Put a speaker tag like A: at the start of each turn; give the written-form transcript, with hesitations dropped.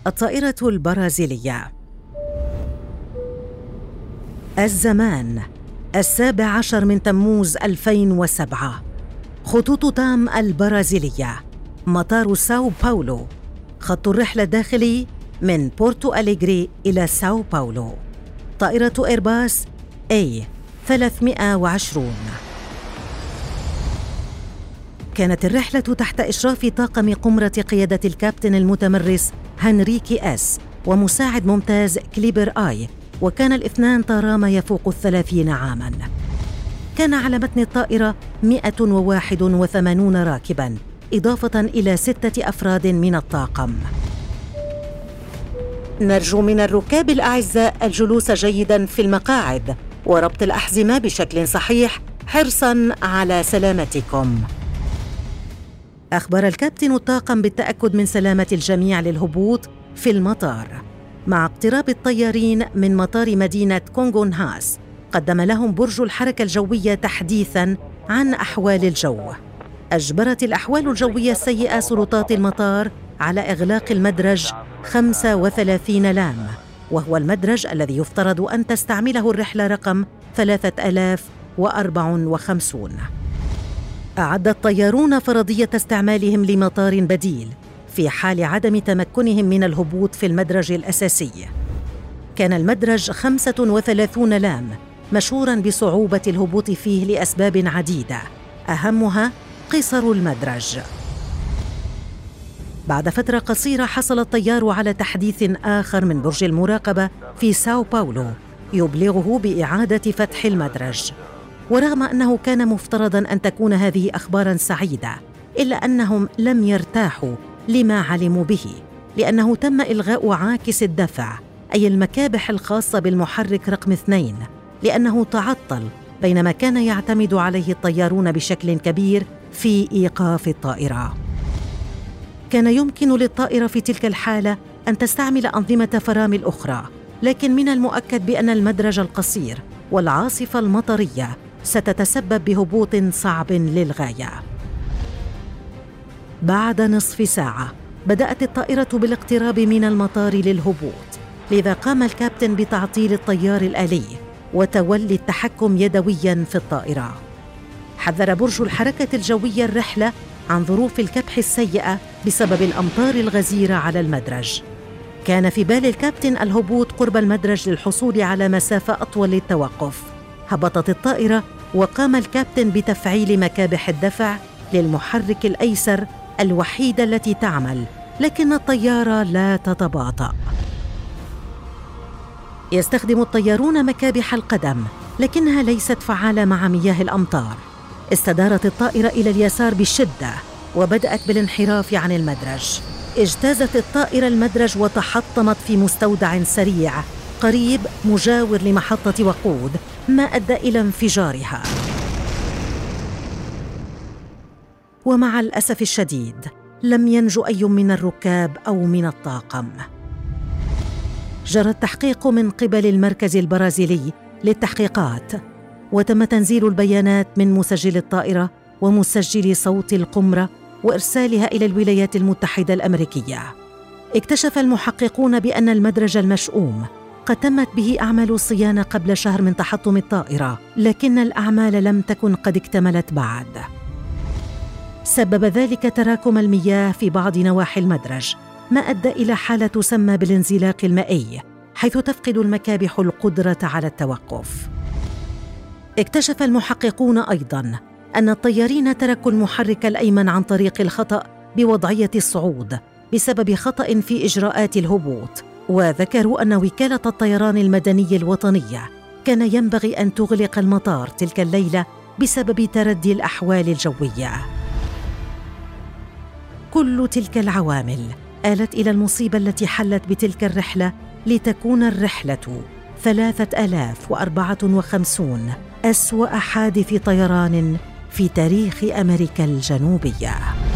A: الطائرة البرازيلية. الزمان 17 من تموز 2007. خطوط تام البرازيلية، مطار ساو باولو. خط الرحلة الداخلي من بورتو أليغري إلى ساو باولو. طائرة إيرباص A320. كانت الرحلة تحت إشراف طاقم قمرة قيادة الكابتن المتمرس هنريكي إس ومساعد ممتاز كليبر آي، وكان الاثنان طارا ما يفوق 30 عاماً. كان على متن الطائرة 181 راكباً، إضافة إلى 6 أفراد من الطاقم. نرجو من الركاب الأعزاء الجلوس جيداً في المقاعد وربط الأحزمة بشكل صحيح حرصاً على سلامتكم. أخبر الكابتن الطاقم بالتأكد من سلامة الجميع للهبوط في المطار. مع اقتراب الطيارين من مطار مدينة كونغونهاس، قدم لهم برج الحركة الجوية تحديثاً عن أحوال الجو. أجبرت الأحوال الجوية السيئة سلطات المطار على إغلاق المدرج 35 لام، وهو المدرج الذي يفترض أن تستعمله الرحلة رقم 3054. أعد الطيارون فرضية استعمالهم لمطار بديل في حال عدم تمكنهم من الهبوط في المدرج الأساسي. كان المدرج 35 لام مشهوراً بصعوبة الهبوط فيه لأسباب عديدة، أهمها قصر المدرج. بعد فترة قصيرة حصل الطيار على تحديث آخر من برج المراقبة في ساو باولو يبلغه بإعادة فتح المدرج. ورغم أنه كان مفترضاً أن تكون هذه أخباراً سعيدة، إلا أنهم لم يرتاحوا لما علموا به، لأنه تم إلغاء عاكس الدفع، أي المكابح الخاصة بالمحرك رقم 2، لأنه تعطل بينما كان يعتمد عليه الطيارون بشكل كبير في إيقاف الطائرة. كان يمكن للطائرة في تلك الحالة أن تستعمل أنظمة فرامل أخرى، لكن من المؤكد بأن المدرج القصير والعاصفة المطرية ستتسبب بهبوط صعب للغاية. بعد نصف ساعة بدأت الطائرة بالاقتراب من المطار للهبوط، لذا قام الكابتن بتعطيل الطيار الآلي وتولي التحكم يدوياً في الطائرة. حذر برج الحركة الجوية الرحلة عن ظروف الكبح السيئة بسبب الأمطار الغزيرة على المدرج. كان في بال الكابتن الهبوط قرب المدرج للحصول على مسافة أطول للتوقف. هبطت الطائرة وقام الكابتن بتفعيل مكابح الدفع للمحرك الأيسر الوحيدة التي تعمل، لكن الطيارة لا تتباطأ. يستخدم الطيارون مكابح القدم، لكنها ليست فعالة مع مياه الأمطار. استدارت الطائرة إلى اليسار بشدة وبدأت بالانحراف عن المدرج. اجتازت الطائرة المدرج وتحطمت في مستودع سريع قريب مجاور لمحطة وقود، ما أدى إلى انفجارها. ومع الأسف الشديد لم ينجو أي من الركاب أو من الطاقم. جرى التحقيق من قبل المركز البرازيلي للتحقيقات، وتم تنزيل البيانات من مسجل الطائرة ومسجل صوت القمرة وإرسالها إلى الولايات المتحدة الأمريكية. اكتشف المحققون بأن المدرج المشؤوم قد تمت به أعمال الصيانة قبل شهر من تحطم الطائرة، لكن الأعمال لم تكن قد اكتملت بعد. سبب ذلك تراكم المياه في بعض نواحي المدرج، ما أدى إلى حالة تسمى بالانزلاق المائي، حيث تفقد المكابح القدرة على التوقف. اكتشف المحققون أيضاً أن الطيارين تركوا المحرك الأيمن عن طريق الخطأ بوضعية الصعود بسبب خطأ في إجراءات الهبوط، وذكروا أن وكالة الطيران المدني الوطنية كان ينبغي أن تغلق المطار تلك الليلة بسبب تردي الأحوال الجوية. كل تلك العوامل آلت إلى المصيبة التي حلت بتلك الرحلة لتكون الرحلة 3054 أسوأ حادث طيران في تاريخ أمريكا الجنوبية.